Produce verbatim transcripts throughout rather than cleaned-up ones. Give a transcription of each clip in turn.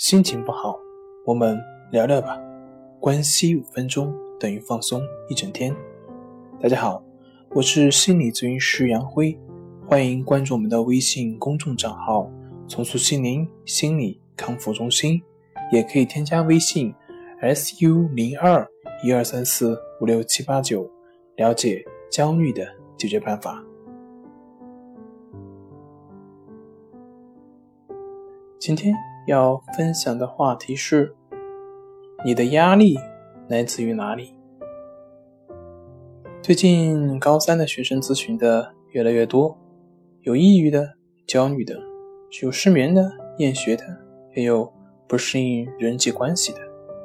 心情不好，我们聊聊吧。关系五分钟等于放松一整天。大家好，我是心理咨询师杨辉，欢迎关注我们的微信公众账号重塑心灵心理康复中心，也可以添加微信 S U 零二 一二三四 五六七八九 了解焦虑的解决办法。今天要分享的话题是，你的压力来自于哪里？最近高三的学生咨询的越来越多，有抑郁的、焦虑的，有失眠的、厌学的，也有不适应人际关系的。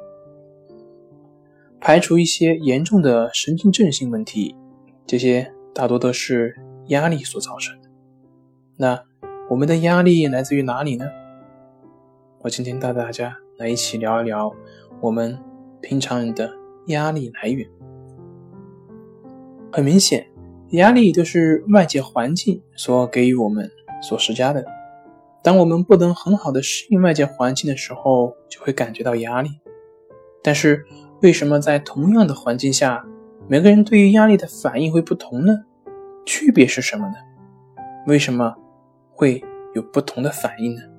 排除一些严重的神经症性问题，这些大多都是压力所造成的。那我们的压力来自于哪里呢？我今天带大家来一起聊一聊我们平常人的压力来源。很明显，压力就是外界环境所给予我们所施加的。当我们不能很好的适应外界环境的时候，就会感觉到压力。但是为什么在同样的环境下，每个人对于压力的反应会不同呢？区别是什么呢？为什么会有不同的反应呢？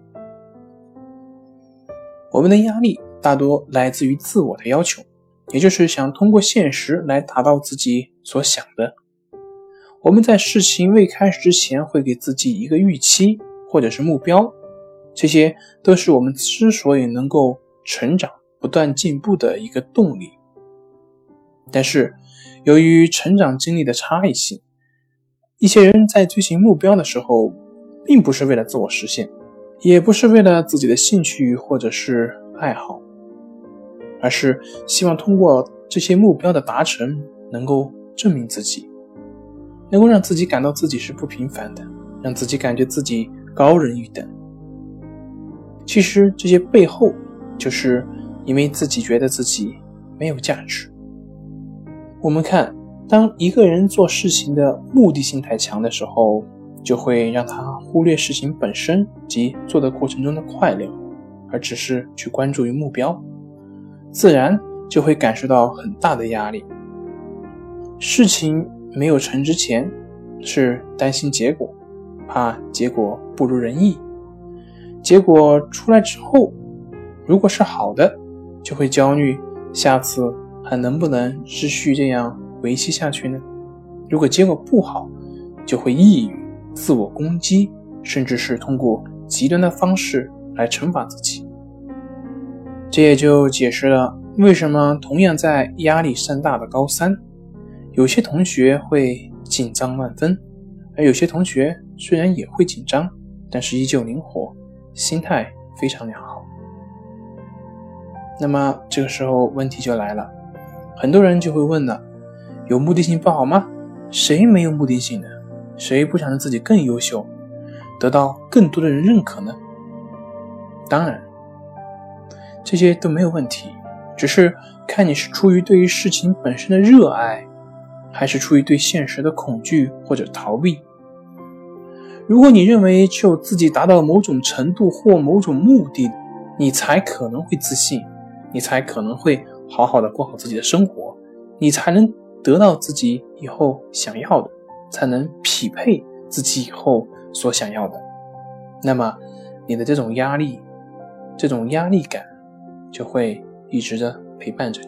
我们的压力大多来自于自我的要求，也就是想通过现实来达到自己所想的。我们在事情未开始之前会给自己一个预期或者是目标，这些都是我们之所以能够成长不断进步的一个动力。但是由于成长经历的差异性，一些人在追寻目标的时候并不是为了自我实现，也不是为了自己的兴趣或者是爱好，而是希望通过这些目标的达成能够证明自己，能够让自己感到自己是不平凡的，让自己感觉自己高人一等。其实这些背后就是因为自己觉得自己没有价值。我们看，当一个人做事情的目的性太强的时候，就会让他忽略事情本身及做的过程中的快乐，而只是去关注于目标，自然就会感受到很大的压力。事情没有成之前是担心结果，怕结果不如人意，结果出来之后如果是好的，就会焦虑下次还能不能继续这样维系下去呢？如果结果不好，就会抑郁、自我攻击，甚至是通过极端的方式来惩罚自己。这也就解释了为什么同样在压力山大的高三，有些同学会紧张万分，而有些同学虽然也会紧张，但是依旧灵活，心态非常良好。那么这个时候问题就来了，很多人就会问了，有目的性不好吗？谁没有目的性呢？谁不想让自己更优秀，得到更多的人认可呢？当然这些都没有问题，只是看你是出于对于事情本身的热爱，还是出于对现实的恐惧或者逃避。如果你认为只有自己达到某种程度或某种目的，你才可能会自信，你才可能会好好的过好自己的生活，你才能得到自己以后想要的，才能匹配自己以后所想要的，那么你的这种压力这种压力感就会一直的陪伴着你。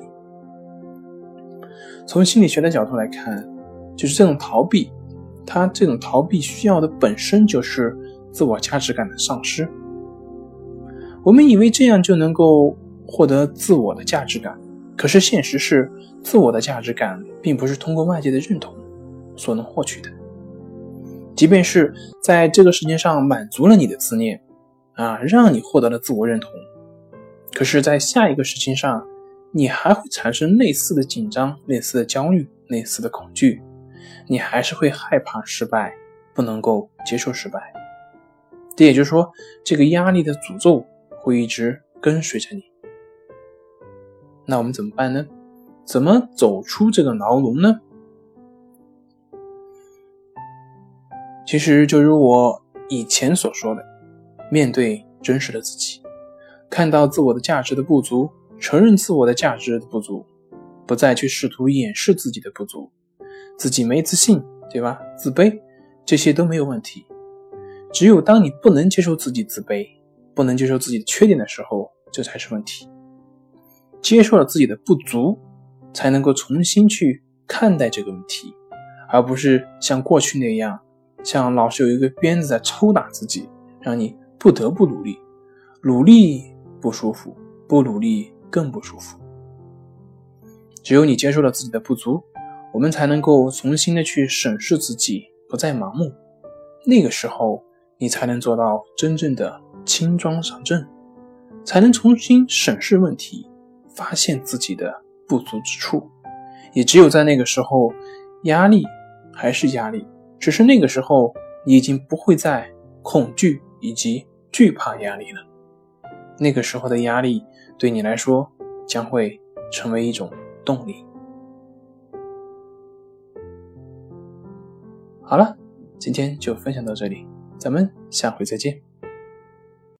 从心理学的角度来看，就是这种逃避，它这种逃避需要的本身就是自我价值感的丧失。我们以为这样就能够获得自我的价值感，可是现实是，自我的价值感并不是通过外界的认同所能获取的。即便是在这个世界上满足了你的自恋啊，让你获得了自我认同，可是在下一个事情上，你还会产生类似的紧张、类似的焦虑、类似的恐惧，你还是会害怕失败，不能够接受失败。这也就是说，这个压力的诅咒会一直跟随着你。那我们怎么办呢？怎么走出这个牢笼呢？其实就如我以前所说的，面对真实的自己， 看到自我的价值的不足，承认自我的价值的不足，不再去试图掩饰自己的不足，自己没自信，对吧？自卑，这些都没有问题。只有当你不能接受自己自卑，不能接受自己的缺点的时候，这才是问题。接受了自己的不足，才能够重新去看待这个问题，而不是像过去那样，像老是有一个鞭子在抽打自己，让你不得不努力。努力不舒服，不努力更不舒服。只有你接受了自己的不足，我们才能够重新的去审视自己，不再盲目。那个时候，你才能做到真正的轻装上阵，才能重新审视问题，发现自己的不足之处。也只有在那个时候，压力还是压力，只是那个时候你已经不会再恐惧以及惧怕压力了。那个时候的压力对你来说将会成为一种动力。好了，今天就分享到这里，咱们下回再见。